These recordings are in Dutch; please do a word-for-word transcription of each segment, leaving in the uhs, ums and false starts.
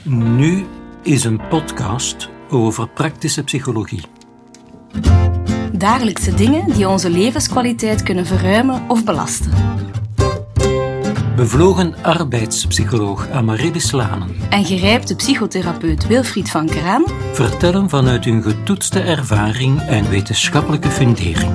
Nu is een podcast over praktische psychologie. Dagelijkse dingen die onze levenskwaliteit kunnen verruimen of belasten. Bevlogen arbeidspsycholoog Amaryllis Lanen En gerijpte psychotherapeut Wilfried van Kraan vertellen vanuit hun getoetste ervaring en wetenschappelijke fundering.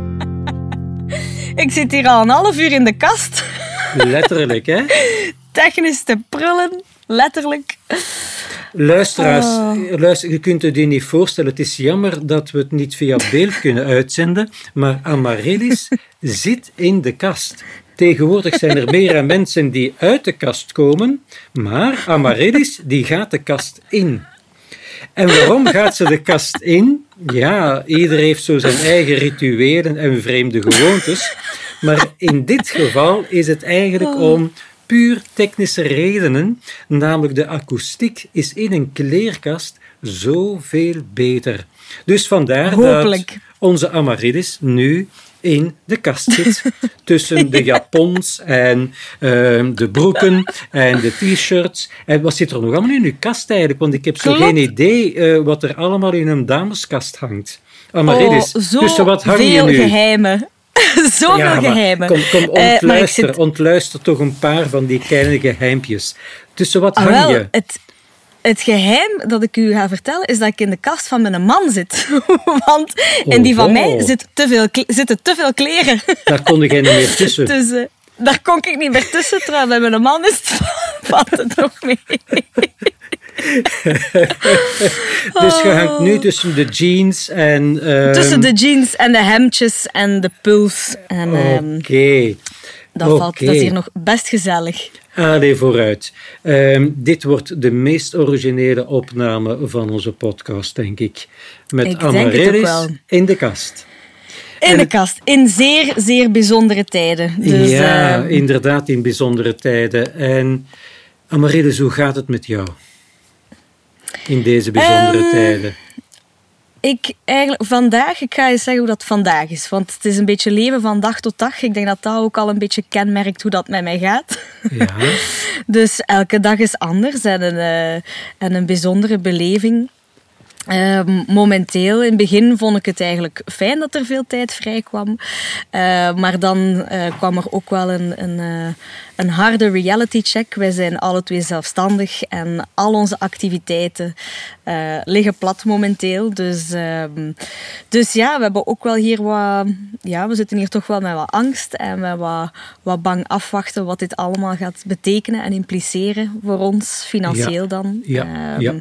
Ik zit hier al een half uur in de kast. Letterlijk, hè? Technisch te prullen, letterlijk. Luisteraars, Oh. luister, je kunt het je niet voorstellen. Het is jammer dat we het niet via beeld kunnen uitzenden, maar Amaryllis zit in de kast. Tegenwoordig zijn er meer mensen die uit de kast komen, maar Amaryllis die gaat de kast in. En waarom gaat ze de kast in? Ja, ieder heeft zo zijn eigen rituelen en vreemde gewoontes, maar in dit geval is het eigenlijk om puur technische redenen, namelijk de akoestiek is in een kleerkast zoveel beter. Dus vandaar Hopelijk. dat onze Amaryllis nu in de kast zit, tussen de japons en uh, de broeken en de t-shirts. En wat zit er nog allemaal in uw kast eigenlijk? Want ik heb zo Klopt. geen idee uh, wat er allemaal in een dameskast hangt. Amaryllis, Oh, zo tussen wat hang je veel nu? geheimen. Zoveel Ja, maar geheimen. Kom, kom Eh, maar ik ontluister, zit- ontluister toch een paar van die kleine geheimpjes. Tussen wat Ah, hang wel, je? het, het geheim dat ik u ga vertellen is dat ik in de kast van mijn man zit. Want in die van Oho. mij zit te veel, kle- zitten te veel kleren. Daar kon jij niet meer tussen. Dus eh, daar kon ik niet meer tussen. Terwijl bij mijn man is het, valt het nog mee. Dus je hangt nu tussen de jeans en... ehm, Tussen de jeans en de hemdjes en de puls. En ehm, Oké. dat, valt, oké. dat is hier nog best gezellig. Allee, vooruit. Ehm, dit wordt de meest originele opname van onze podcast, denk ik. Met Ik denk het ook Amaryllis wel. in de kast. In En de het- kast. In zeer, zeer bijzondere tijden. Dus, ja, ehm, inderdaad, in bijzondere tijden. En Amaryllis, hoe gaat het met jou? In deze bijzondere Ehm, tijden. Ik eigenlijk vandaag, ik ga eens zeggen hoe dat vandaag is. Want het is een beetje leven van dag tot dag. Ik denk dat dat ook al een beetje kenmerkt hoe dat met mij gaat. Ja. Dus elke dag is anders en een, eh, en een bijzondere beleving. Ehm, momenteel, in het begin vond ik het eigenlijk fijn dat er veel tijd vrij kwam. Eh, maar dan eh, kwam er ook wel een, een, eh, een harde reality check. Wij zijn alle twee zelfstandig en al onze activiteiten eh, liggen plat momenteel. Dus, ehm, dus ja, we hebben ook wel hier wat... Ja, we zitten hier toch wel met wat angst en met wat, wat bang afwachten wat dit allemaal gaat betekenen en impliceren voor ons, financieel Ja. dan. Ja, Ehm, ja.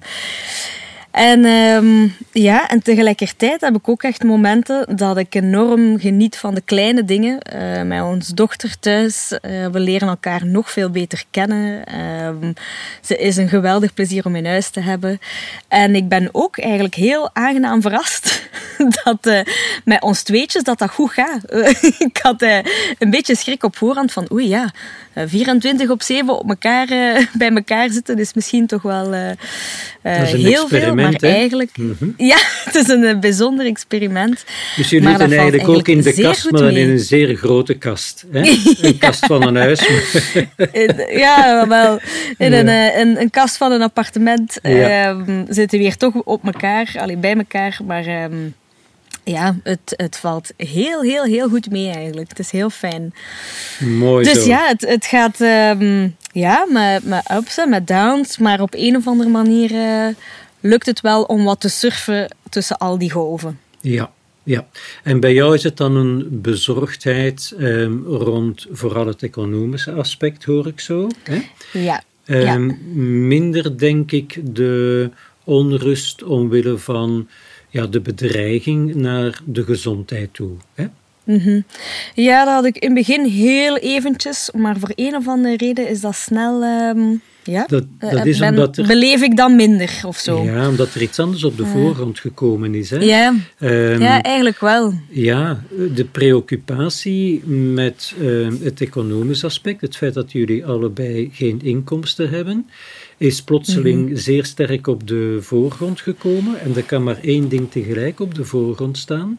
En, ehm, ja, en tegelijkertijd heb ik ook echt momenten dat ik enorm geniet van de kleine dingen. Eh, met ons dochter thuis, eh, we leren elkaar nog veel beter kennen. Ehm, ze is een geweldig plezier om in huis te hebben. En ik ben ook eigenlijk heel aangenaam verrast dat eh, met ons tweetjes dat dat goed gaat. Ik had eh, een beetje schrik op voorhand van oei ja, eh, vierentwintig op zeven op elkaar, eh, bij elkaar zitten is misschien toch wel eh, eh, Dat is een heel veel. experiment, Maar hè? eigenlijk... Mhm. Ja, het is een eh, bijzonder experiment. Dus jullie Maar dat zitten valt eigenlijk ook in de zeer kast, goed maar dan mee. in een zeer grote kast. Hè? Een kast van een huis. In- Ja, wel. In Ja. een, eh, een, een kast van een appartement Ja. ehm, zitten we hier toch op elkaar, allee, bij elkaar. Maar ehm, ja, het, het valt heel, heel, heel goed mee eigenlijk. Het is heel fijn. Mooi Dus zo. ja, het, het gaat ehm, ja, met, met ups en met downs. Maar op een of andere manier eh, lukt het wel om wat te surfen tussen al die golven. Ja, ja. En bij jou is het dan een bezorgdheid ehm, rond vooral het economische aspect, hoor ik zo. Hè? Ja. Ehm, Minder, denk ik, de onrust omwille van ja, de bedreiging naar de gezondheid toe. Hè? Mhm. Ja, dat had ik in het begin heel eventjes, maar voor een of andere reden is dat snel... ehm, ja, Dat, eh, dat is ben- omdat er, beleef ik dan minder of zo. ja, omdat er iets anders op de voorgrond gekomen is. Hè? Ja, Ehm, ja, eigenlijk wel. Ja, de preoccupatie met eh, het economisch aspect, het feit dat jullie allebei geen inkomsten hebben, is plotseling Mhm. zeer sterk op de voorgrond gekomen. En er kan maar één ding tegelijk op de voorgrond staan.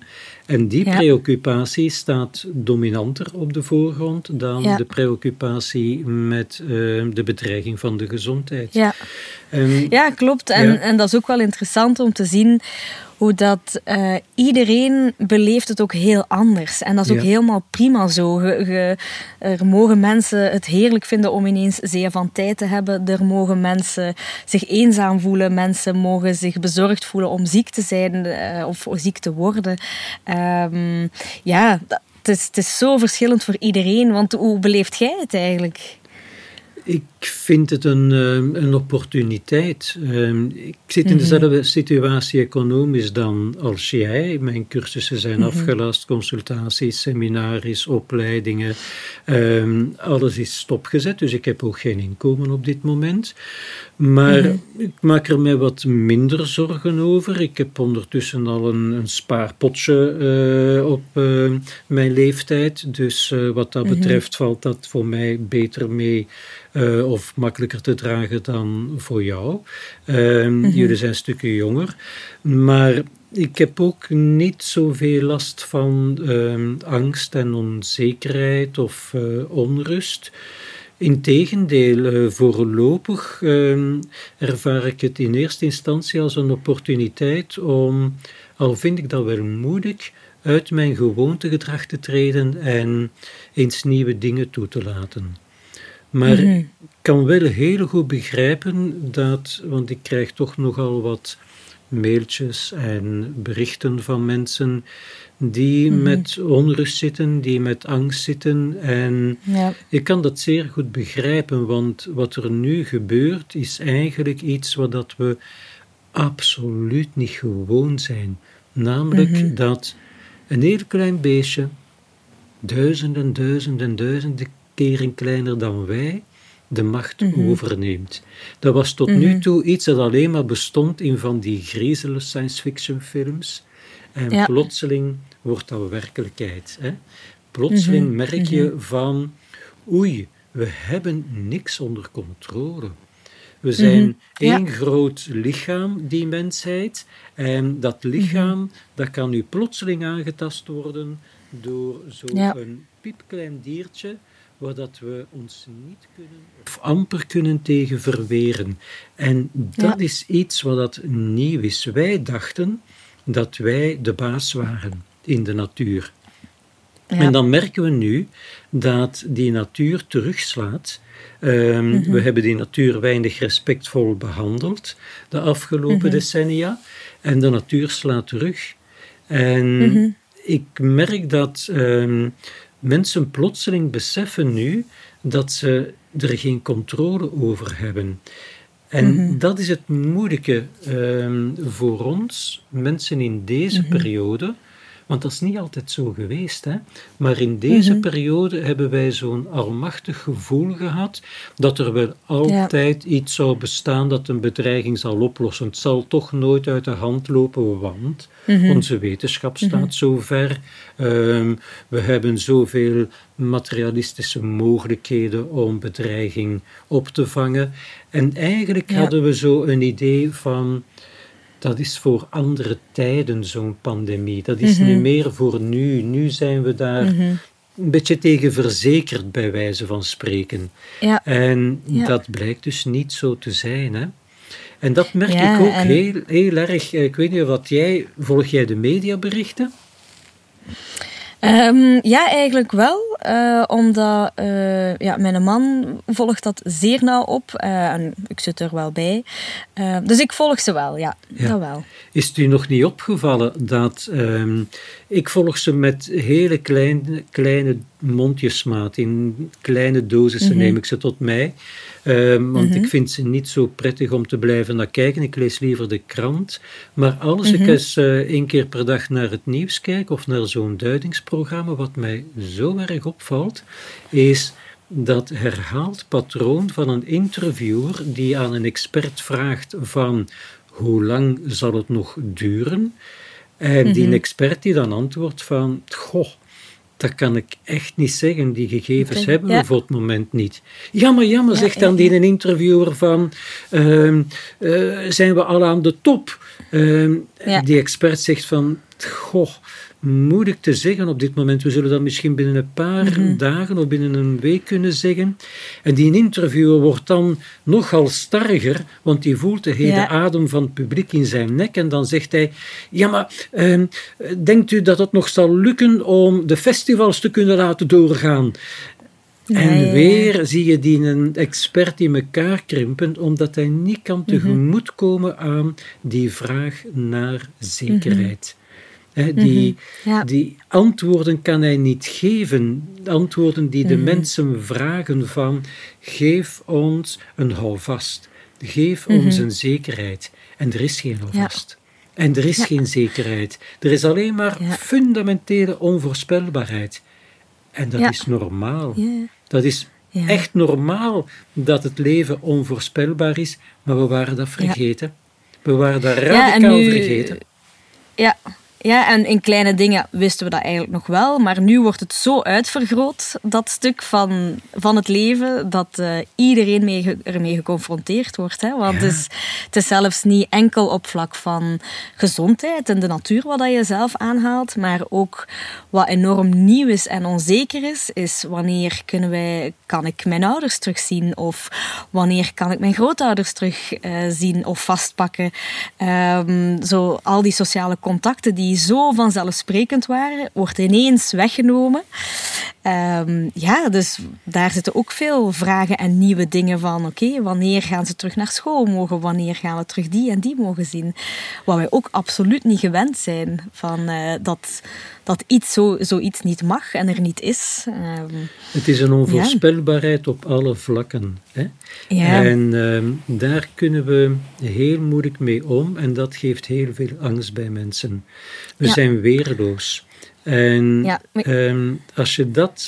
En die Ja. preoccupatie staat dominanter op de voorgrond dan Ja. de preoccupatie met uh, de bedreiging van de gezondheid. Ja. Um, Ja, klopt. En, ja. en dat is ook wel interessant om te zien hoe dat uh, iedereen beleeft het ook heel anders. En dat is ook Ja. helemaal prima zo. Ge, ge, er mogen mensen het heerlijk vinden om ineens zeer van tijd te hebben. Er mogen mensen zich eenzaam voelen. Mensen mogen zich bezorgd voelen om ziek te zijn uh, of ziek te worden. Um, ja, dat, het, is, het is zo verschillend voor iedereen. Want hoe beleeft jij het eigenlijk? Ik vind het een, een opportuniteit. Ik zit in dezelfde situatie economisch dan als jij. Mijn cursussen zijn mm-hmm. afgelast, consultaties, seminaries, opleidingen. Um, alles is stopgezet, dus ik heb ook geen inkomen op dit moment. Maar mm-hmm. ik maak er mij wat minder zorgen over. Ik heb ondertussen al een, een spaarpotje uh, op uh, mijn leeftijd. Dus uh, wat dat mm-hmm. betreft valt dat voor mij beter mee. Uh, of makkelijker te dragen dan voor jou. Uh, mm-hmm. Jullie zijn stukken jonger. Maar ik heb ook niet zoveel last van uh, angst en onzekerheid of uh, onrust. Integendeel, uh, voorlopig uh, ervaar ik het in eerste instantie als een opportuniteit om, al vind ik dat wel moeilijk, uit mijn gewoontegedrag te treden en eens nieuwe dingen toe te laten. Maar mm-hmm. ik kan wel heel goed begrijpen dat, want ik krijg toch nogal wat mailtjes en berichten van mensen die mm-hmm. met onrust zitten, die met angst zitten. En ja. ik kan dat zeer goed begrijpen, want wat er nu gebeurt is eigenlijk iets wat dat we absoluut niet gewoon zijn. Namelijk mm-hmm. dat een heel klein beestje, duizenden, duizenden, duizenden keren kleiner dan wij, de macht mm-hmm. overneemt. Dat was tot mm-hmm. nu toe iets dat alleen maar bestond in van die griezele science fiction films. En ja. plotseling wordt dat werkelijkheid. Hè? Plotseling mm-hmm. merk je mm-hmm. van, oei, we hebben niks onder controle. We zijn mm-hmm. één ja. groot lichaam, die mensheid. En dat lichaam, mm-hmm. dat kan nu plotseling aangetast worden door zo'n ja. piepklein diertje, waar dat we ons niet kunnen, of amper kunnen tegen verweren. En dat ja. is iets wat dat nieuw is. Wij dachten dat wij de baas waren in de natuur. Ja. En dan merken we nu dat die natuur terugslaat. Um, mm-hmm. We hebben die natuur weinig respectvol behandeld de afgelopen mm-hmm. decennia. En de natuur slaat terug. En mm-hmm. ik merk dat um, mensen plotseling beseffen nu dat ze er geen controle over hebben. En mm-hmm. dat is het moeilijke um, voor ons, mensen in deze mm-hmm. periode, want dat is niet altijd zo geweest, hè? Maar in deze mm-hmm. periode hebben wij zo'n almachtig gevoel gehad dat er wel altijd ja. iets zou bestaan dat een bedreiging zal oplossen. Het zal toch nooit uit de hand lopen, want mm-hmm. onze wetenschap staat mm-hmm. zo ver. Um, we hebben zoveel materialistische mogelijkheden om bedreiging op te vangen. En eigenlijk ja. hadden we zo een idee van, dat is voor andere tijden zo'n pandemie. Dat is mm-hmm. niet meer voor nu. Nu zijn we daar mm-hmm. een beetje tegen verzekerd, bij wijze van spreken. Ja. En ja. dat blijkt dus niet zo te zijn, hè. En dat merk ja, ik ook en... heel, heel erg. Ik weet niet wat jij... Volg jij de mediaberichten? Um, ja, eigenlijk wel. Uh, omdat uh, ja, mijn man volgt dat zeer nauw op. Uh, en ik zit er wel bij. Uh, dus ik volg ze wel, ja, ja. Dat wel. Is het u nog niet opgevallen dat... Um, ik volg ze met hele kleine, kleine mondjesmaat. In kleine dosissen mm-hmm. neem ik ze tot mij. Um, want mm-hmm. ik vind ze niet zo prettig om te blijven naar kijken. Ik lees liever de krant. Maar als mm-hmm. ik eens uh, één keer per dag naar het nieuws kijk of naar zo'n duidingsprogramma, wat mij zo erg opvalt, is dat herhaald patroon van een interviewer die aan een expert vraagt van hoe lang zal het nog duren? En mm-hmm. die expert die dan antwoordt van, goh, dat kan ik echt niet zeggen. Die gegevens okay, hebben ja. we voor het moment niet. Jammer, jammer, ja, zegt dan ja, die ja. een interviewer van, uh, uh, zijn we al aan de top? Uh, ja. Die expert zegt van, goh, moeilijk te zeggen op dit moment. We zullen dat misschien binnen een paar mm-hmm. dagen of binnen een week kunnen zeggen. En die interviewer wordt dan nogal starriger, want die voelt de hele ja. adem van het publiek in zijn nek. En dan zegt hij, ja, maar eh, denkt u dat het nog zal lukken om de festivals te kunnen laten doorgaan? Ja, en ja, ja. weer zie je die een expert in elkaar krimpen, omdat hij niet kan tegemoetkomen aan die vraag naar zekerheid. Mm-hmm. He, die, mm-hmm. ja. die antwoorden kan hij niet geven. Antwoorden die de mm-hmm. mensen vragen van, geef ons een houvast. Geef mm-hmm. ons een zekerheid. En er is geen houvast. Ja. En er is ja. geen zekerheid. Er is alleen maar ja. fundamentele onvoorspelbaarheid. En dat ja. is normaal. Ja. Dat is ja. echt normaal dat het leven onvoorspelbaar is, maar we waren dat vergeten. Ja. We waren dat radicaal ja, nu, vergeten. Ja. Ja, en in kleine dingen wisten we dat eigenlijk nog wel, maar nu wordt het zo uitvergroot, dat stuk van, van het leven, dat uh, iedereen mee, ermee geconfronteerd wordt. Hè? Want ja. het, is, het is zelfs niet enkel op vlak van gezondheid en de natuur wat je zelf aanhaalt, maar ook wat enorm nieuw is en onzeker is, is wanneer kunnen wij, kan ik mijn ouders terugzien of wanneer kan ik mijn grootouders terugzien uh, of vastpakken. Um, zo, al die sociale contacten die zo vanzelfsprekend waren, wordt ineens weggenomen. Um, ja, dus daar zitten ook veel vragen en nieuwe dingen van. Oké, okay, wanneer gaan ze terug naar school mogen? Wanneer gaan we terug die en die mogen zien? Wat wij ook absoluut niet gewend zijn. Van, uh, dat, dat iets zo, zoiets niet mag en er niet is. Um, Het is een onvoorspelbaarheid ja. op alle vlakken. Hè? Ja. En um, daar kunnen we heel moeilijk mee om. En dat geeft heel veel angst bij mensen. We ja. zijn weerloos. En ja, maar... um, als je dat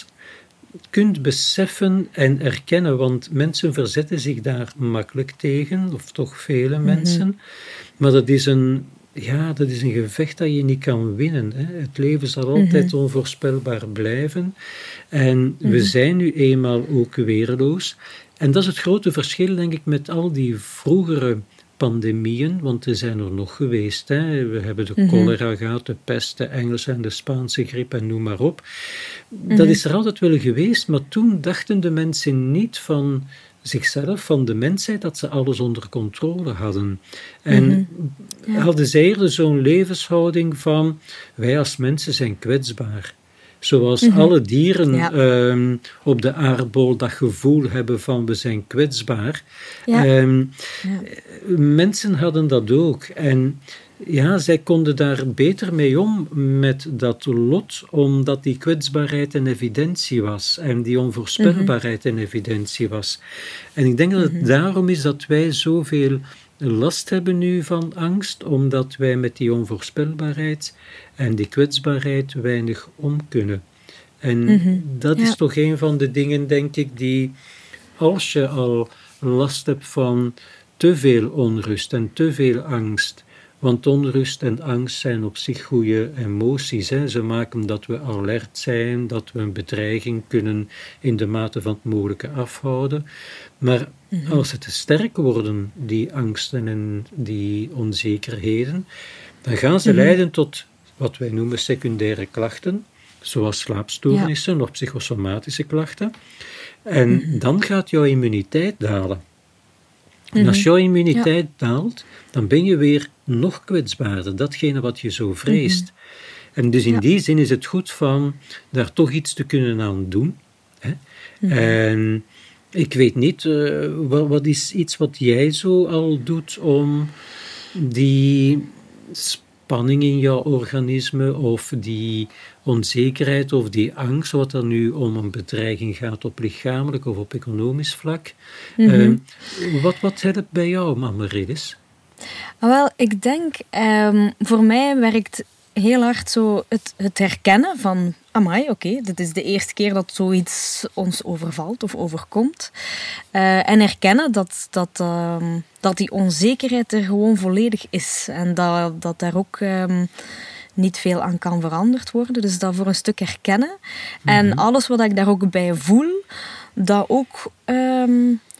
kunt beseffen en erkennen, want mensen verzetten zich daar makkelijk tegen, of toch vele mensen, mm-hmm. maar dat is een, ja, dat is een gevecht dat je niet kan winnen. Hè. Het leven zal altijd mm-hmm. onvoorspelbaar blijven. En mm-hmm. we zijn nu eenmaal ook weerloos. En dat is het grote verschil, denk ik, met al die vroegere pandemieën, want er zijn er nog geweest. Hè. We hebben de mm-hmm. cholera gehad, de pest, de Engelse en de Spaanse griep en noem maar op. Mm-hmm. Dat is er altijd wel geweest, maar toen dachten de mensen niet van zichzelf, van de mensheid, dat ze alles onder controle hadden. En mm-hmm. ja. hadden zij eerder zo'n levenshouding van, wij als mensen zijn kwetsbaar. Zoals mm-hmm. alle dieren ja. um, op de aardbol dat gevoel hebben van we zijn kwetsbaar. Ja. Um, ja. Mensen hadden dat ook. En ja, zij konden daar beter mee om met dat lot, omdat die kwetsbaarheid een evidentie was. En die onvoorspelbaarheid mm-hmm. een evidentie was. En ik denk dat het mm-hmm. daarom is dat wij zoveel last hebben nu van angst, omdat wij met die onvoorspelbaarheid en die kwetsbaarheid weinig om kunnen. En mm-hmm. dat is ja. toch een van de dingen, denk ik, die, als je al last hebt van te veel onrust en te veel angst, want onrust en angst zijn op zich goede emoties. Hè. Ze maken dat we alert zijn, dat we een bedreiging kunnen in de mate van het mogelijke afhouden. Maar mm-hmm. als ze te sterk worden, die angsten en die onzekerheden, dan gaan ze mm-hmm. leiden tot wat wij noemen secundaire klachten, zoals slaapstoornissen ja. of psychosomatische klachten. En mm-hmm. dan gaat jouw immuniteit dalen. En mm-hmm. als jouw immuniteit ja. daalt, dan ben je weer nog kwetsbaarder, datgene wat je zo vreest. Mm-hmm. En dus in ja. die zin is het goed van daar toch iets te kunnen aan doen. Hè? Mm-hmm. En ik weet niet, uh, wat, wat is iets wat jij zo al doet om die spanning in jouw organisme of die onzekerheid of die angst, wat er nu om een bedreiging gaat op lichamelijk of op economisch vlak. Mm-hmm. Uh, wat, wat helpt bij jou, Amaryllis? Wel, ik denk, um, voor mij werkt heel hard zo het, het herkennen van, amai, oké, okay, dit is de eerste keer dat zoiets ons overvalt of overkomt. Uh, en herkennen dat, dat, uh, dat die onzekerheid er gewoon volledig is. En dat, dat daar ook um, niet veel aan kan veranderd worden. Dus dat voor een stuk herkennen. Mm-hmm. En alles wat ik daar ook bij voel, dat ook um,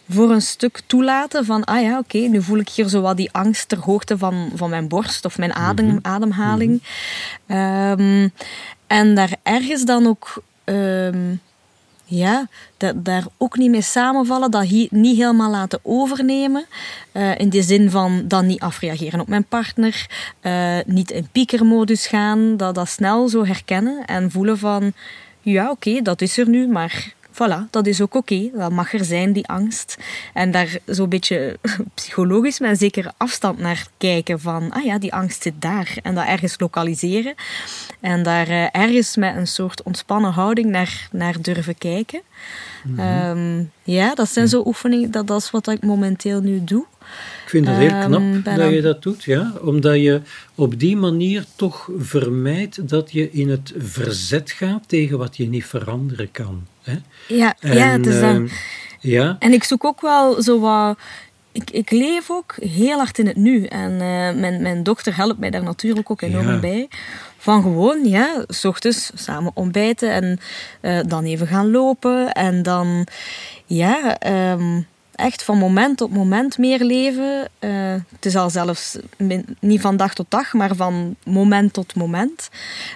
voor een stuk toelaten van, ah ja, oké, okay, nu voel ik hier zo wat die angst ter hoogte van, van mijn borst of mijn adem, mm-hmm. ademhaling. Mm-hmm. Um, en daar ergens dan ook... Um, Ja, dat, daar ook niet mee samenvallen, dat hier niet helemaal laten overnemen. Uh, in de zin van dan niet afreageren op mijn partner, uh, niet in piekermodus gaan, dat, dat snel zo herkennen en voelen van, ja oké, okay, dat is er nu, maar voilà, dat is ook oké, okay. Dat mag er zijn, die angst. En daar zo'n beetje psychologisch met een zekere afstand naar kijken van, ah ja, die angst zit daar. En dat ergens lokaliseren. En daar uh, ergens met een soort ontspannen houding naar, naar durven kijken. Mm-hmm. Um, ja, dat zijn zo oefeningen, dat, dat is wat ik momenteel nu doe. Ik vind het heel knap um, dat je dat doet, ja. Omdat je op die manier toch vermijdt dat je in het verzet gaat tegen wat je niet veranderen kan. Hè? Ja, en, ja, het is dan... Uh, ja. En ik zoek ook wel zo wat... Ik, ik leef ook heel hard in het nu. En uh, mijn, mijn dochter helpt mij daar natuurlijk ook enorm ja. bij. Van gewoon, ja, 's ochtends samen ontbijten en uh, dan even gaan lopen. En dan, ja... Um, echt van moment tot moment meer leven. Uh, het is al zelfs min, niet van dag tot dag, maar van moment tot moment.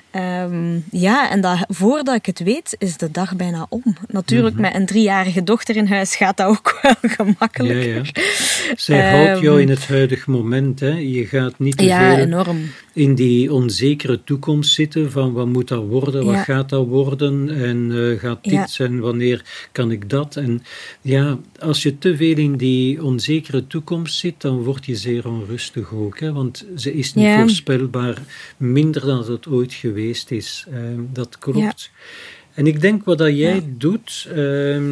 Um, ja, en dat, voordat ik het weet, is de dag bijna om. Natuurlijk, mm-hmm. met een driejarige dochter in huis gaat dat ook wel gemakkelijker. Ja, ja. Zij um, houdt jou in het huidige moment. Hè? Je gaat niet te ja, veel enorm. in die onzekere toekomst zitten van wat moet dat worden, wat ja. gaat dat worden en uh, gaat dit ja. en wanneer kan ik dat. En ja, als je te veel in die onzekere toekomst zit, dan word je zeer onrustig ook. Hè? Want ze is niet ja. voorspelbaar, minder dan het ooit geweest is. Uh, dat klopt. Ja. En ik denk wat dat jij ja. doet, uh,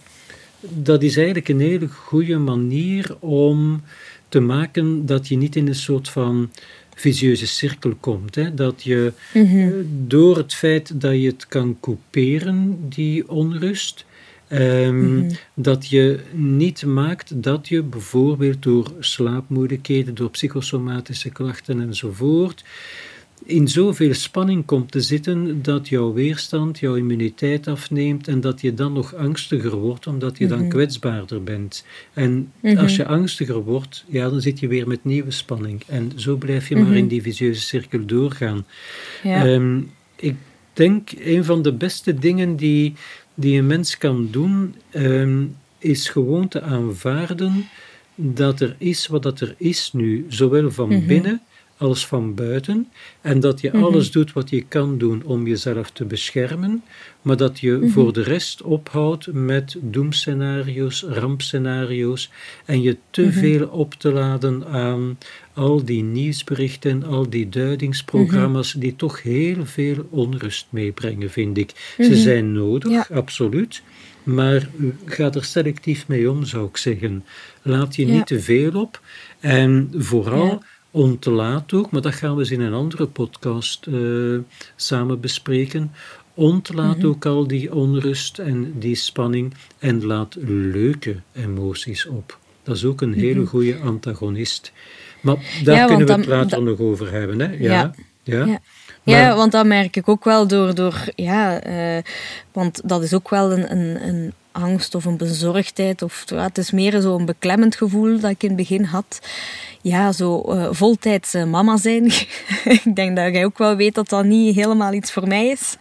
dat is eigenlijk een hele goede manier om te maken dat je niet in een soort van vicieuze cirkel komt. Hè? Dat je mm-hmm. door het feit dat je het kan couperen, die onrust, um, mm-hmm. dat je niet maakt dat je bijvoorbeeld door slaapmoeilijkheden, door psychosomatische klachten enzovoort, in zoveel spanning komt te zitten dat jouw weerstand, jouw immuniteit afneemt en dat je dan nog angstiger wordt, omdat je mm-hmm. dan kwetsbaarder bent. En mm-hmm. als je angstiger wordt, ja, dan zit je weer met nieuwe spanning. En zo blijf je mm-hmm. maar in die vicieuze cirkel doorgaan. Ja. Um, ik denk, een van de beste dingen die, die een mens kan doen, um, is gewoon te aanvaarden dat er is wat dat er is nu, zowel van mm-hmm. binnen als van buiten, en dat je mm-hmm. alles doet wat je kan doen om jezelf te beschermen, maar dat je mm-hmm. voor de rest ophoudt met doemscenario's, rampscenario's, en je te mm-hmm. veel op te laden aan al die nieuwsberichten, al die duidingsprogramma's, mm-hmm. die toch heel veel onrust meebrengen, vind ik. Mm-hmm. Ze zijn nodig, ja. absoluut, maar ga er selectief mee om, zou ik zeggen. Laat je ja. niet te veel op, en vooral... Ja. Ontlaat ook, maar dat gaan we eens in een andere podcast uh, samen bespreken. Ontlaat mm-hmm. ook al die onrust en die spanning en laat leuke emoties op. Dat is ook een hele mm-hmm. goede antagonist. Maar daar ja, kunnen we het dan, later dat, nog over hebben. Hè? Ja, ja. ja. ja. Maar, ja, want dat merk ik ook wel door... door ja, uh, want dat is ook wel een... een, een angst of een bezorgdheid. Of, ja, het is meer zo'n beklemmend gevoel dat ik in het begin had. Ja, zo uh, voltijds uh, mama zijn. Ik denk dat jij ook wel weet dat dat niet helemaal iets voor mij is.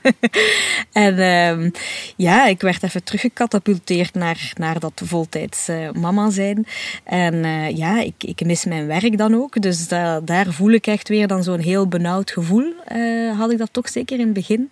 En uh, ja, ik werd even teruggecatapulteerd naar, naar dat voltijds uh, mama zijn. En uh, ja, ik, ik mis mijn werk dan ook. Dus da, daar voel ik echt weer dan zo'n heel benauwd gevoel. Uh, had ik dat toch zeker in het begin.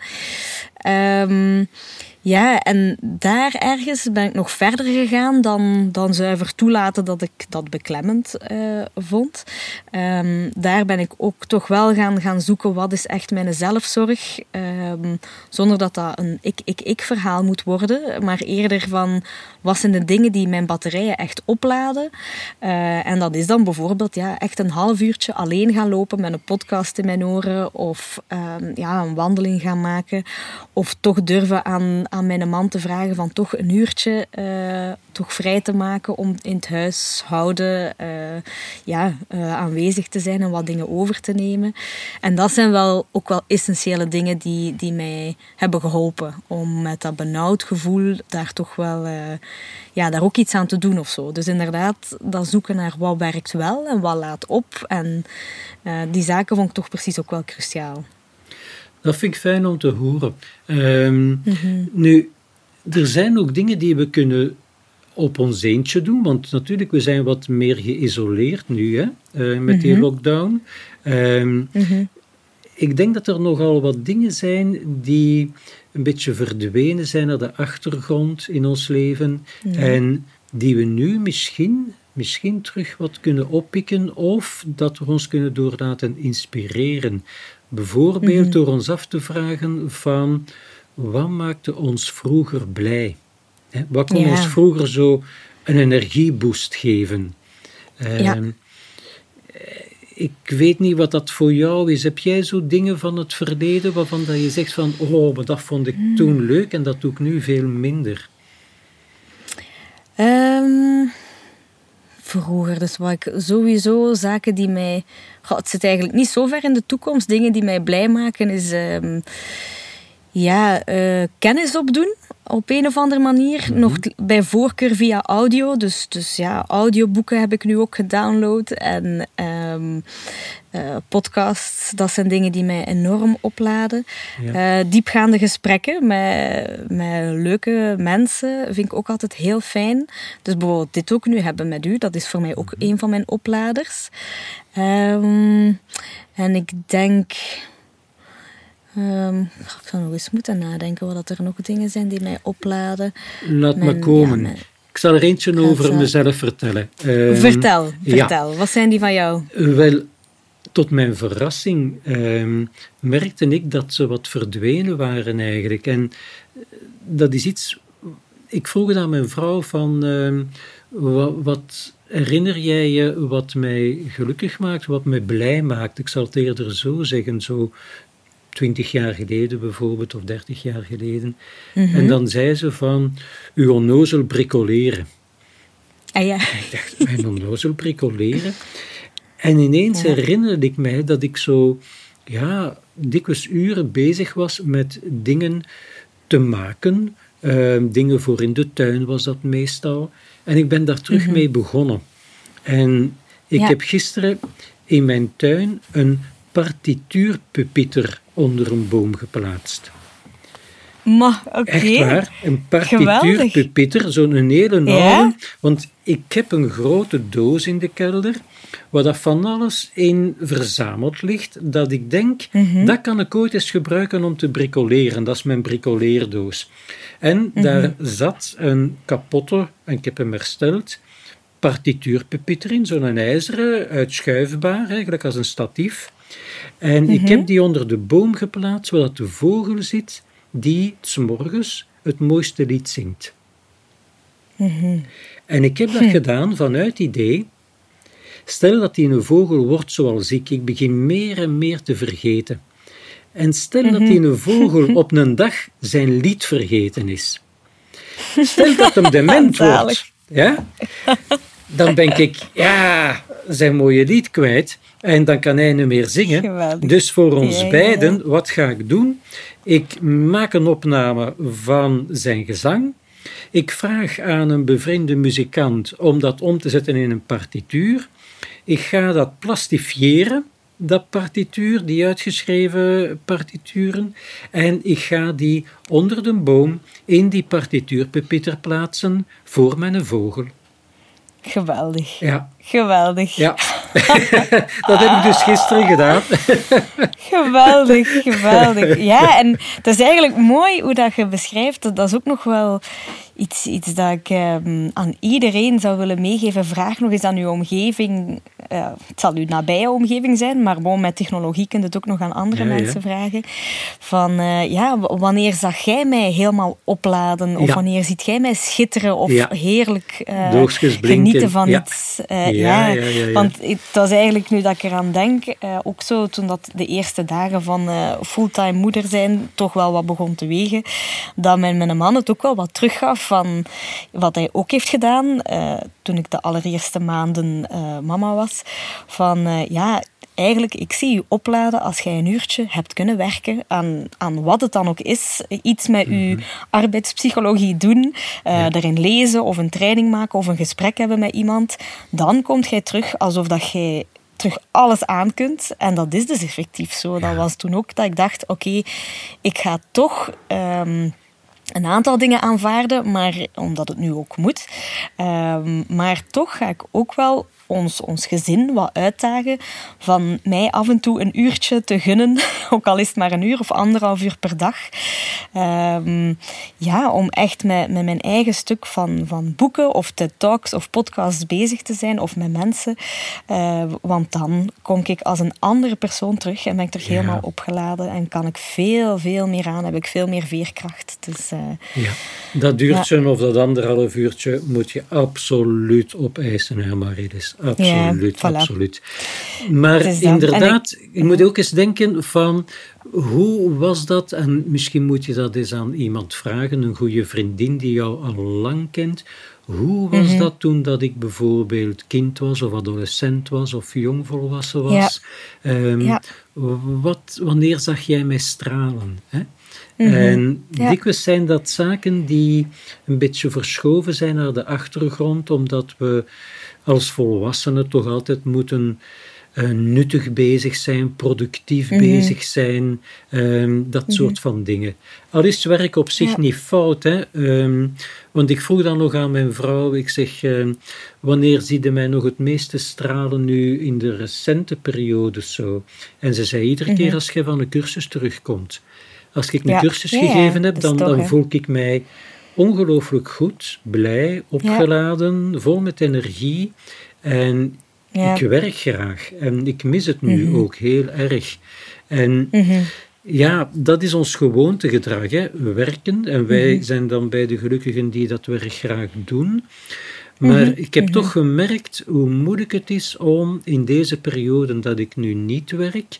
Um, Ja, en daar ergens ben ik nog verder gegaan dan, dan zuiver toelaten dat ik dat beklemmend uh, vond. Um, daar ben ik ook toch wel gaan, gaan zoeken wat is echt mijn zelfzorg. Um, zonder dat dat een ik-ik-ik-verhaal moet worden, maar eerder van wat zijn de dingen die mijn batterijen echt opladen. Uh, en dat is dan bijvoorbeeld ja, echt een half uurtje alleen gaan lopen met een podcast in mijn oren of um, ja, een wandeling gaan maken. Of toch durven aan, aan mijn man te vragen van toch een uurtje uh, toch vrij te maken om in het huishouden uh, ja, uh, aanwezig te zijn en wat dingen over te nemen. En dat zijn wel ook wel essentiële dingen die, die mij hebben geholpen om met dat benauwd gevoel daar toch wel uh, ja, daar ook iets aan te doen of zo. Dus inderdaad, dat zoeken naar wat werkt wel en wat laat op. En uh, die zaken vond ik toch precies ook wel cruciaal. Dat vind ik fijn om te horen. Um, mm-hmm. Nu, er zijn ook dingen die we kunnen op ons eentje doen, want natuurlijk, we zijn wat meer geïsoleerd nu, hè, uh, met mm-hmm. die lockdown. Um, mm-hmm. Ik denk dat er nogal wat dingen zijn die een beetje verdwenen zijn naar de achtergrond in ons leven mm. en die we nu misschien, misschien terug wat kunnen oppikken of dat we ons kunnen door laten inspireren. Bijvoorbeeld mm-hmm. door ons af te vragen van wat maakte ons vroeger blij? Hè? Wat kon ja. ons vroeger zo een energieboost geven? Ja. Uh, Ik weet niet wat dat voor jou is. Heb jij zo dingen van het verleden waarvan dat je zegt van oh, maar dat vond ik hmm. toen leuk en dat doe ik nu veel minder? Um, vroeger, dus wat ik sowieso zaken die mij... Goh, het zit eigenlijk niet zo ver in de toekomst. Dingen die mij blij maken is um, ja, uh, kennis opdoen. Op een of andere manier, mm-hmm. nog bij voorkeur via audio. Dus, dus ja, audioboeken heb ik nu ook gedownload. En um, uh, podcasts, dat zijn dingen die mij enorm opladen. Ja. Uh, diepgaande gesprekken met, met leuke mensen vind ik ook altijd heel fijn. Dus bijvoorbeeld dit ook nu hebben met u, dat is voor mij ook mm-hmm. een van mijn opladers. Um, en ik denk... Um, ik zou nog eens moeten nadenken wat er nog dingen zijn die mij opladen. Laat mijn, me komen. Ja, mijn... Ik zal er eentje over zal... mezelf vertellen. Um, vertel, vertel. Ja. Wat zijn die van jou? Wel, tot mijn verrassing um, merkte ik dat ze wat verdwenen waren eigenlijk. En dat is iets... Ik vroeg het aan mijn vrouw van... Um, wat, wat herinner jij je wat mij gelukkig maakt, wat mij blij maakt? Ik zal het eerder zo zeggen, zo... twintig jaar geleden bijvoorbeeld, of dertig jaar geleden. Mm-hmm. En dan zei ze van, uw onnozel bricoleren. Ah ja. En ik dacht, mijn onnozel bricoleren? En ineens ja. herinnerde ik mij dat ik zo, ja, dikwijls uren bezig was met dingen te maken. Uh, dingen voor in de tuin was dat meestal. En ik ben daar terug mm-hmm. mee begonnen. En ik ja. heb gisteren in mijn tuin een partituurpupieter onder een boom geplaatst. Maar, oké. Okay. Echt waar, een partituurpupieter, zo'n hele oude. Ja? Want ik heb een grote doos in de kelder, waar dat van alles in verzameld ligt, dat ik denk, mm-hmm. dat kan ik ooit eens gebruiken om te bricoleren. Dat is mijn bricoleerdoos. En mm-hmm. daar zat een kapotte, en ik heb hem hersteld, partituurpupieter in, zo'n ijzeren, uitschuifbaar, eigenlijk als een statief. En mm-hmm. ik heb die onder de boom geplaatst, waar de vogel zit, die 's morgens het mooiste lied zingt. Mm-hmm. En ik heb dat hm. gedaan vanuit het idee, stel dat die een vogel wordt zoals ik, ik begin meer en meer te vergeten. En stel mm-hmm. dat die een vogel op een dag zijn lied vergeten is. Stel dat hem dement wordt, ja? Dan ben ik, ja, zijn mooie lied kwijt. En dan kan hij niet meer zingen. Geweldig. Dus voor ons ja, beiden, ja. wat ga ik doen? Ik maak een opname van zijn gezang. Ik vraag aan een bevriende muzikant om dat om te zetten in een partituur. Ik ga dat plastifiëren, dat partituur, die uitgeschreven partituren. En ik ga die onder de boom in die partituurpupieter plaatsen voor mijn vogel. Geweldig. Ja. Geweldig. Ja. Dat heb ik dus gisteren gedaan. Geweldig, geweldig. Ja, en dat is eigenlijk mooi hoe dat je beschrijft. Dat is ook nog wel iets, iets dat ik um, aan iedereen zou willen meegeven. Vraag nog eens aan uw omgeving Uh, het zal uw nabije omgeving zijn, maar bon, met technologie kun je het ook nog aan andere ja, mensen ja. vragen. Van, uh, ja, wanneer zag jij mij helemaal opladen? Of ja. wanneer ziet jij mij schitteren? Of ja. heerlijk uh, genieten van ja. iets? Uh, ja, ja. Ja, ja, ja. Want het was eigenlijk, nu dat ik eraan denk, uh, ook zo toen dat de eerste dagen van uh, fulltime moeder zijn toch wel wat begon te wegen, dat mijn, mijn man het ook wel wat teruggaf van wat hij ook heeft gedaan uh, toen ik de allereerste maanden uh, mama was. Van uh, ja, eigenlijk, ik zie je opladen als jij een uurtje hebt kunnen werken aan, aan wat het dan ook is. Iets met mm-hmm. je arbeidspsychologie doen, uh, ja. erin lezen of een training maken of een gesprek hebben met iemand. Dan komt jij terug alsof dat jij terug alles aan kunt. En dat is dus effectief zo. Ja. Dat was toen ook dat ik dacht, oké, okay, ik ga toch Um, een aantal dingen aanvaarden, maar omdat het nu ook moet. Um, maar toch ga ik ook wel ons, ons gezin wat uitdagen van mij af en toe een uurtje te gunnen, ook al is het maar een uur of anderhalf uur per dag. Um, ja, om echt met, met mijn eigen stuk van, van boeken of TED Talks of podcasts bezig te zijn of met mensen. Uh, want dan kom ik als een andere persoon terug en ben ik er helemaal ja. opgeladen en kan ik veel, veel meer aan, heb ik veel meer veerkracht. Dus, uh, ja. Dat uurtje ja. of dat anderhalf uurtje moet je absoluut opeisen, hè, Marilis. Absoluut, ja, voilà. absoluut. Maar inderdaad, ik, je moet ook eens denken van, hoe was dat? En misschien moet je dat eens aan iemand vragen, een goede vriendin die jou al lang kent. Hoe was mm-hmm. dat toen dat ik bijvoorbeeld kind was of adolescent was of jongvolwassen was? Ja. Um, ja. Wat, wanneer zag jij mij stralen? Hè? Mm-hmm. En ja. dikwijls zijn dat zaken die een beetje verschoven zijn naar de achtergrond, omdat we als volwassenen toch altijd moeten uh, nuttig bezig zijn, productief mm-hmm. bezig zijn, um, dat mm-hmm. soort van dingen. Al is het werk op zich ja. niet fout, hè. Um, want ik vroeg dan nog aan mijn vrouw, ik zeg, uh, wanneer zie je mij nog het meeste stralen nu in de recente periode zo? En ze zei, iedere mm-hmm. keer als je van een cursus terugkomt. Als ik een ja. cursus ja, gegeven heb, dan, toch, dan voel ik mij ongelooflijk goed, blij, opgeladen, ja. vol met energie. En ja. ik werk graag. En ik mis het nu mm-hmm. ook heel erg. En mm-hmm. ja, dat is ons gewoontegedrag. Hè. We werken en wij mm-hmm. zijn dan bij de gelukkigen die dat werk graag doen. Maar mm-hmm. ik heb mm-hmm. toch gemerkt hoe moeilijk het is om in deze periode dat ik nu niet werk,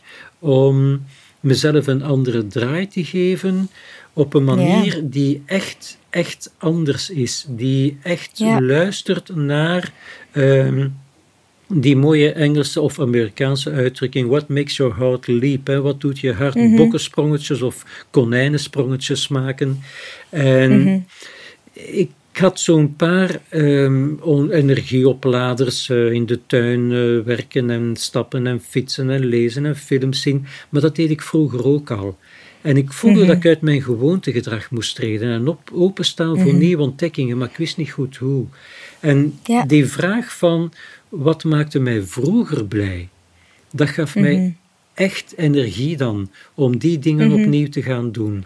om mezelf een andere draai te geven op een manier ja. die echt, echt anders is. Die echt ja. luistert naar um, die mooie Engelse of Amerikaanse uitdrukking, what makes your heart leap? Hè? Wat doet je hart mm-hmm. bokkensprongetjes of konijnensprongetjes maken? En mm-hmm. ik Ik had zo'n paar um, energieopladers uh, in de tuin uh, werken en stappen en fietsen en lezen en films zien. Maar dat deed ik vroeger ook al. En ik voelde mm-hmm. dat ik uit mijn gewoontegedrag moest treden en op, openstaan mm-hmm. voor nieuwe ontdekkingen, maar ik wist niet goed hoe. En ja. die vraag van, wat maakte mij vroeger blij? Dat gaf mm-hmm. mij echt energie dan, om die dingen mm-hmm. opnieuw te gaan doen.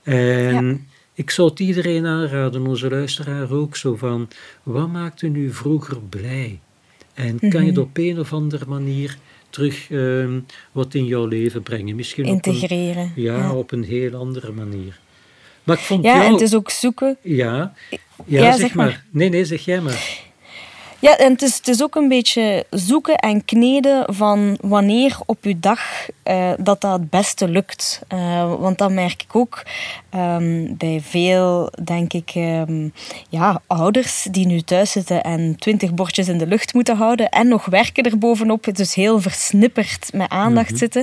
En ja. ik zou het iedereen aanraden, onze luisteraar ook, zo van, wat maakte u vroeger blij? En mm-hmm. kan je het op een of andere manier terug uh, wat in jouw leven brengen? Misschien integreren. Op een, ja, ja, op een heel andere manier. Maar ik vond ja, jou... en het is ook zoeken. Ja, ja, ja zeg, zeg maar. maar. Nee, nee, zeg jij maar. Ja, en het is, het is ook een beetje zoeken en kneden van wanneer op je dag uh, dat dat het beste lukt. Uh, want dat merk ik ook um, bij veel, denk ik, um, ja, ouders die nu thuis zitten en twintig bordjes in de lucht moeten houden en nog werken er bovenop, dus heel versnipperd met aandacht mm-hmm. zitten.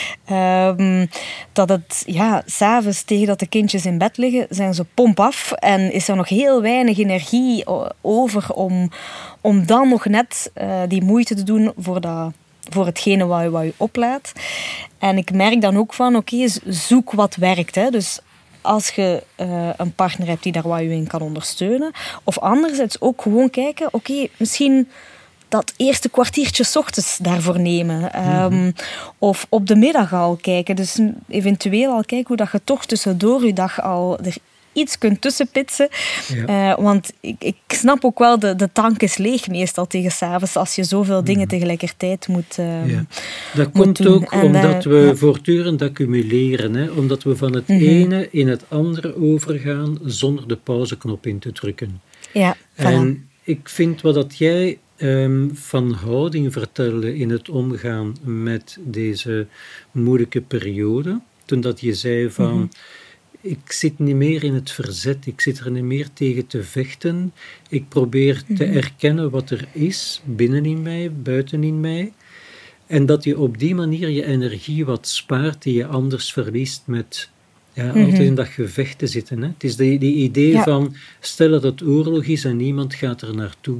Um, dat het, ja, 's avonds tegen dat de kindjes in bed liggen, zijn ze pomp af en is er nog heel weinig energie over om... om dan nog net uh, die moeite te doen voor, dat, voor hetgene wat je, wat je oplaadt. En ik merk dan ook van, oké, okay, zoek wat werkt. Hè. Dus als je uh, een partner hebt die daar wat je in kan ondersteunen. Of anderzijds ook gewoon kijken, oké, okay, misschien dat eerste kwartiertje 's ochtends daarvoor nemen. Um, mm-hmm. Of op de middag al kijken. Dus eventueel al kijken hoe dat je toch tussendoor je dag al er iets kunt tussenpitsen. Ja. Uh, want ik, ik snap ook wel, de, de tank is leeg meestal tegen 's avonds als je zoveel dingen mm. tegelijkertijd moet uh, ja. Dat moet komt doen. ook en, omdat uh, we ja. voortdurend accumuleren. Hè? Omdat we van het mm-hmm. ene in het andere overgaan zonder de pauzeknop in te drukken. Ja, voilà. En ik vind wat dat jij um, van houding vertelde in het omgaan met deze moeilijke periode, toen dat je zei van, mm-hmm. ik zit niet meer in het verzet, ik zit er niet meer tegen te vechten, ik probeer mm-hmm. te erkennen wat er is, binnenin mij, buitenin mij, en dat je op die manier je energie wat spaart die je anders verliest met ja, mm-hmm. altijd in dat gevecht te zitten. Hè? Het is die, die idee ja. van, stel dat het oorlog is en niemand gaat er naartoe.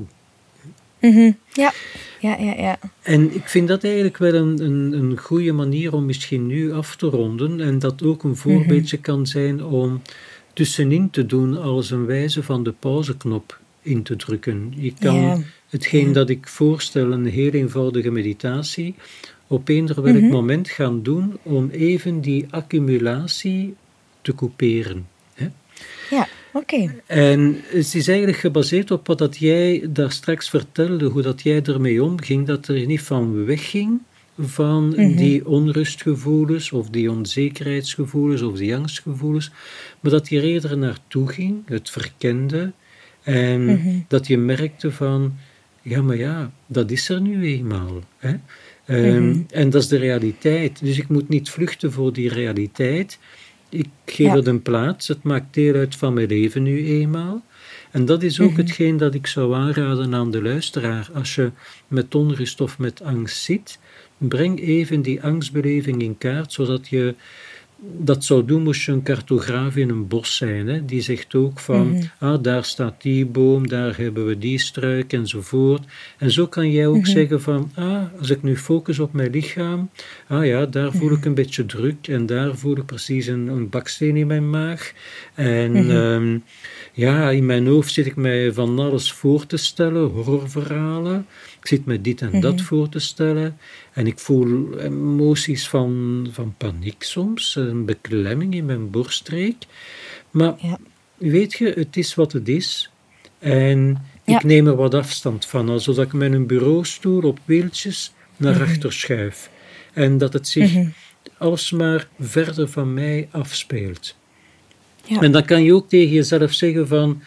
Mm-hmm. Ja. Ja, ja, ja. En ik vind dat eigenlijk wel een, een, een goede manier om misschien nu af te ronden en dat ook een voorbeeldje mm-hmm. kan zijn om tussenin te doen als een wijze van de pauzeknop in te drukken. Je kan yeah. hetgeen yeah. dat ik voorstel, een heel eenvoudige meditatie, op eender welk mm-hmm. moment gaan doen om even die accumulatie te couperen. Hè? Ja, oké. Okay. En het is eigenlijk gebaseerd op wat dat jij daar straks vertelde, hoe dat jij ermee omging, dat er niet van wegging van mm-hmm. die onrustgevoelens of die onzekerheidsgevoelens of die angstgevoelens, maar dat je eerder naartoe ging, het verkende en mm-hmm. dat je merkte van, ja maar ja, dat is er nu eenmaal. Hè? Um, mm-hmm. En dat is de realiteit. Dus ik moet niet vluchten voor die realiteit. Ik geef ja. het een plaats. Het maakt deel uit van mijn leven nu eenmaal. En dat is ook mm-hmm. hetgeen dat ik zou aanraden aan de luisteraar. Als je met onrust of met angst zit, breng even die angstbeleving in kaart, zodat je dat zou doen, moest je een cartograaf in een bos zijn. Hè? Die zegt ook van, mm-hmm. ah, daar staat die boom, daar hebben we die struik, enzovoort. En zo kan jij ook mm-hmm. zeggen van, ah, als ik nu focus op mijn lichaam, ah ja, daar voel mm-hmm. ik een beetje druk, en daar voel ik precies een, een baksteen in mijn maag. En mm-hmm. um, ja, in mijn hoofd zit ik mij van alles voor te stellen, horrorverhalen. Ik zit me dit en mm-hmm. dat voor te stellen. En ik voel emoties van, van paniek soms, een beklemming in mijn borststreek. Maar ja. weet je, het is wat het is. En ja. ik neem er wat afstand van, zodat ik met een bureaustoel op wieltjes naar mm-hmm. achter schuif. En dat het zich mm-hmm. alsmaar verder van mij afspeelt. Ja. En dan kan je ook tegen jezelf zeggen van,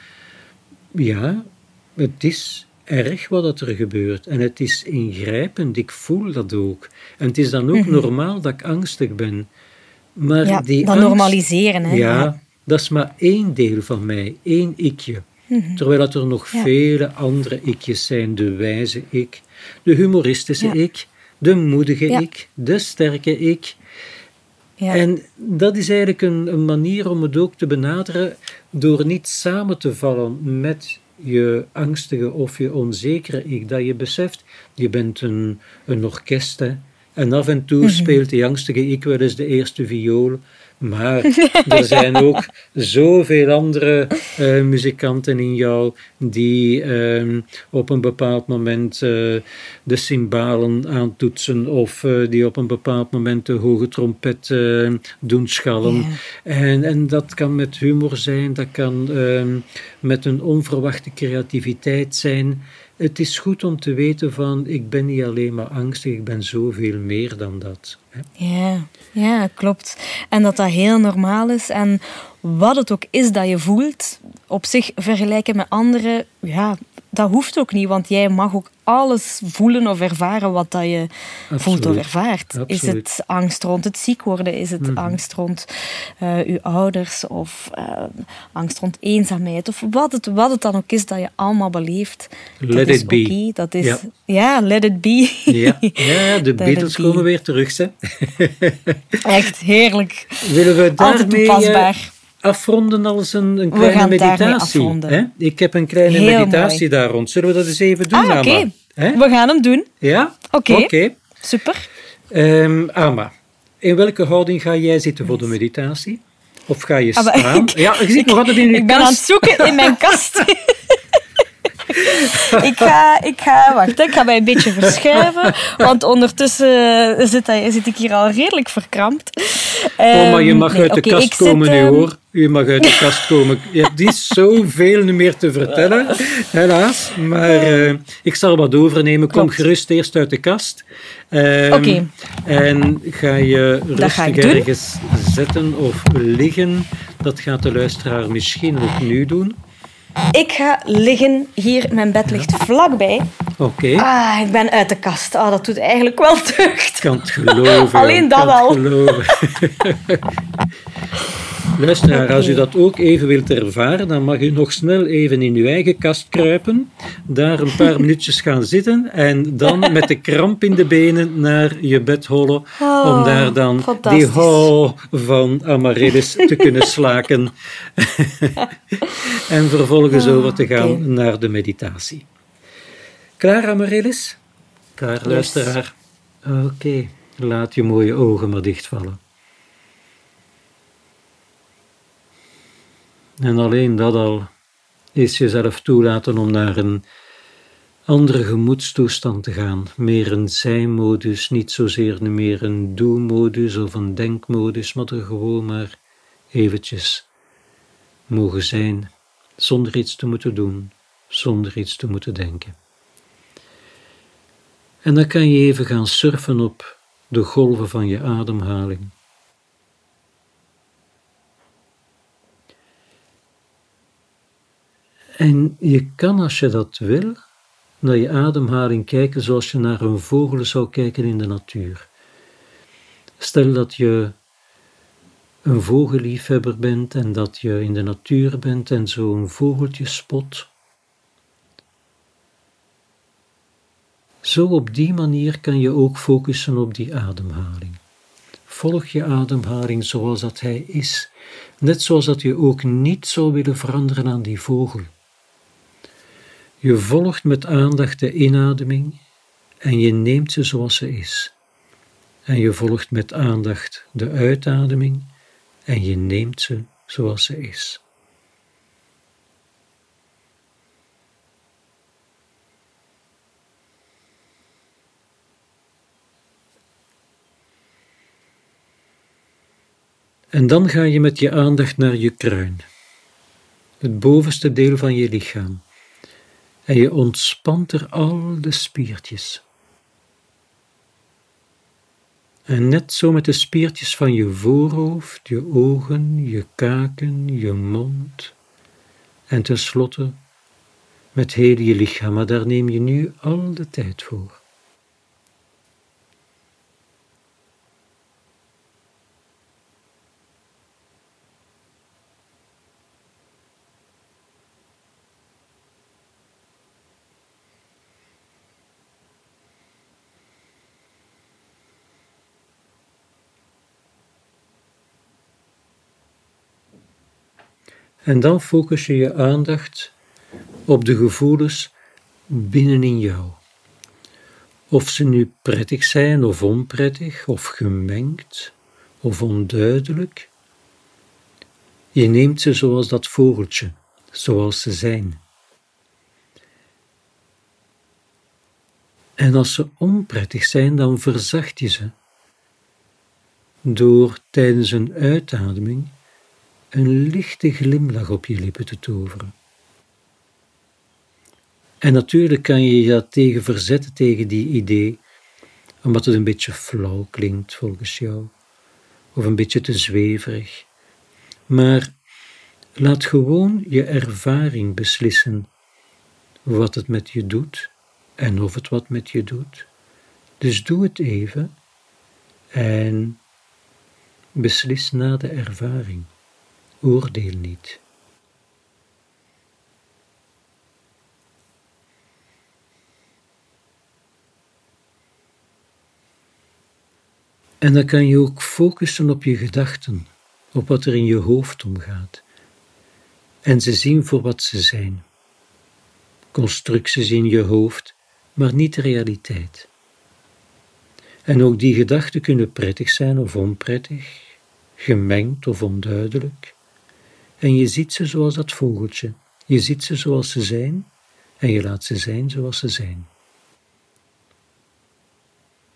ja, het is erg wat er gebeurt. En het is ingrijpend, ik voel dat ook. En het is dan ook mm-hmm. normaal dat ik angstig ben. Maar ja, die dat angst, normaliseren. Hè? Ja, ja, dat is maar één deel van mij, één ikje. Mm-hmm. Terwijl dat er nog ja. vele andere ikjes zijn. De wijze ik, de humoristische ja. ik, de moedige ja. ik, de sterke ik. Ja. En dat is eigenlijk een, een manier om het ook te benaderen door niet samen te vallen met je angstige of je onzekere ik. Dat je beseft, je bent een, een orkest, hè? En af en toe mm-hmm. speelt die angstige ik wel eens de eerste viool. Maar er zijn ook zoveel andere uh, muzikanten in jou die uh, op een bepaald moment uh, de cymbalen aantoetsen of uh, die op een bepaald moment de hoge trompet uh, doen schallen. Yeah. En, en dat kan met humor zijn, dat kan uh, met een onverwachte creativiteit zijn. Het is goed om te weten van, ik ben niet alleen maar angstig, ik ben zoveel meer dan dat. Hè? Ja, ja, klopt. En dat dat heel normaal is. En wat het ook is dat je voelt, op zich vergelijken met anderen, ja, dat hoeft ook niet. Want jij mag ook alles voelen of ervaren wat dat je Absoluut. voelt of ervaart. Absoluut. Is het angst rond het ziek worden? Is het mm-hmm. angst rond uh, je ouders? Of uh, angst rond eenzaamheid? Of wat het, wat het dan ook is dat je allemaal beleeft. Let dat is it be. Okay. Dat is, ja. ja, let it be. Ja, ja de Beatles komen weer terug. Hè? Echt heerlijk. Willen we daarmee Altijd toepasbaar. afronden als een, een kleine meditatie? Hè? Ik heb een kleine Heel meditatie mooi. daar rond. Zullen we dat eens even doen, ah, Ama? Oké, okay. we gaan hem doen. Ja? Oké, okay. okay. super. Um, Ama, in welke houding ga jij zitten voor de meditatie? Of ga je staan? Ah, ik, ja, je zit nog altijd in je ik kast. Ik ben aan het zoeken in mijn kast. ik, ga, ik ga, wacht, ik ga mij een beetje verschuiven, want ondertussen zit, zit ik hier al redelijk verkrampt. Um, oh, maar je mag nee, uit de okay, kast komen zit, nu, hoor. u mag uit de kast komen. Je hebt niet zoveel meer te vertellen, helaas. Maar uh, ik zal wat overnemen. Kom Klopt. gerust eerst uit de kast. Um, Oké. Okay. En ga je rustig ergens zitten of liggen. Dat gaat de luisteraar misschien ook nu doen. Ik ga liggen. Hier, mijn bed ligt vlakbij. Oké. Okay. Ah, ik ben uit de kast. Ah, dat doet eigenlijk wel deugd. Ik kan het geloven. Alleen dat al. Luisteraar, okay. Als u dat ook even wilt ervaren, dan mag u nog snel even in uw eigen kast kruipen, daar een paar minuutjes gaan zitten en dan met de kramp in de benen naar je bed hollen, oh, om daar dan die ho van Amaryllis te kunnen slaken en vervolgens oh, over te gaan okay. naar de meditatie. Klaar, Amaryllis? Klaar, yes. Luisteraar? Oké, okay. Laat je mooie ogen maar dichtvallen. En alleen dat al is jezelf toelaten om naar een andere gemoedstoestand te gaan. Meer een zijn-modus, niet zozeer meer een doe-modus of een denkmodus, maar er gewoon maar eventjes mogen zijn, zonder iets te moeten doen, zonder iets te moeten denken. En dan kan je even gaan surfen op de golven van je ademhaling. En je kan, als je dat wil, naar je ademhaling kijken zoals je naar een vogel zou kijken in de natuur. Stel dat je een vogelliefhebber bent en dat je in de natuur bent en zo een vogeltje spot. Zo op die manier kan je ook focussen op die ademhaling. Volg je ademhaling zoals dat hij is, net zoals dat je ook niet zou willen veranderen aan die vogel. Je volgt met aandacht de inademing en je neemt ze zoals ze is. En je volgt met aandacht de uitademing en je neemt ze zoals ze is. En dan ga je met je aandacht naar je kruin, het bovenste deel van je lichaam. En je ontspant er al de spiertjes. En net zo met de spiertjes van je voorhoofd, je ogen, je kaken, je mond. En tenslotte met heel je lichaam, maar daar neem je nu al de tijd voor. En dan focus je je aandacht op de gevoelens binnenin jou. Of ze nu prettig zijn of onprettig, of gemengd of onduidelijk. Je neemt ze zoals dat vogeltje, zoals ze zijn. En als ze onprettig zijn, dan verzacht je ze door tijdens een uitademing een lichte glimlach op je lippen te toveren. En natuurlijk kan je je tegen verzetten tegen die idee, omdat het een beetje flauw klinkt volgens jou, of een beetje te zweverig. Maar laat gewoon je ervaring beslissen wat het met je doet en of het wat met je doet. Dus doe het even en beslis na de ervaring. Oordeel niet. En dan kan je ook focussen op je gedachten, op wat er in je hoofd omgaat. En ze zien voor wat ze zijn. Constructies in je hoofd, maar niet de realiteit. En ook die gedachten kunnen prettig zijn of onprettig, gemengd of onduidelijk. En je ziet ze zoals dat vogeltje. Je ziet ze zoals ze zijn en je laat ze zijn zoals ze zijn.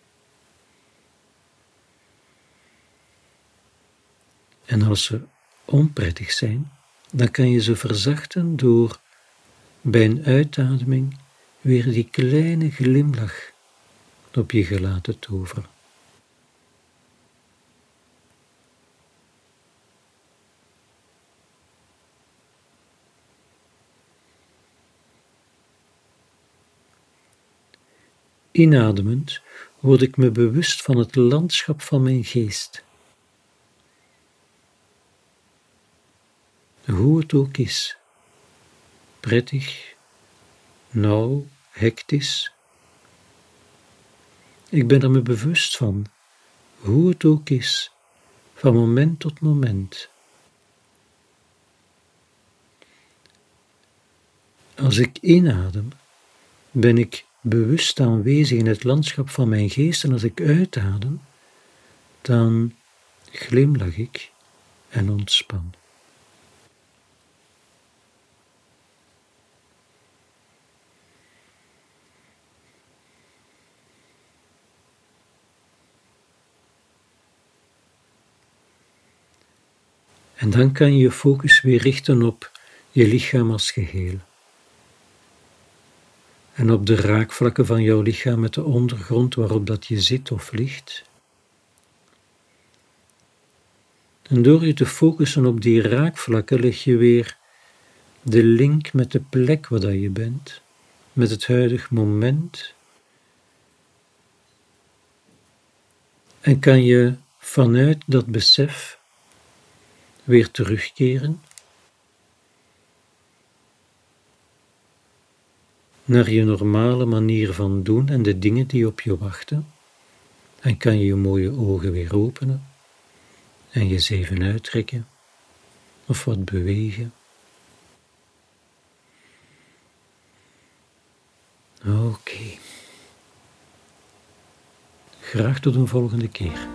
En als ze onprettig zijn, dan kan je ze verzachten door bij een uitademing weer die kleine glimlach op je gelaat te toveren. Inademend word ik me bewust van het landschap van mijn geest. Hoe het ook is, prettig, nauw, hectisch. Ik ben er me bewust van, hoe het ook is, van moment tot moment. Als ik inadem, ben ik bewust aanwezig in het landschap van mijn geest en als ik uitadem, dan glimlach ik en ontspan. En dan kan je je focus weer richten op je lichaam als geheel. En op de raakvlakken van jouw lichaam met de ondergrond waarop dat je zit of ligt. En door je te focussen op die raakvlakken leg je weer de link met de plek waar dat je bent, met het huidige moment. En kan je vanuit dat besef weer terugkeren naar je normale manier van doen en de dingen die op je wachten. En kan je je mooie ogen weer openen en je eens even uittrekken of wat bewegen. Oké. Okay. Graag tot een volgende keer.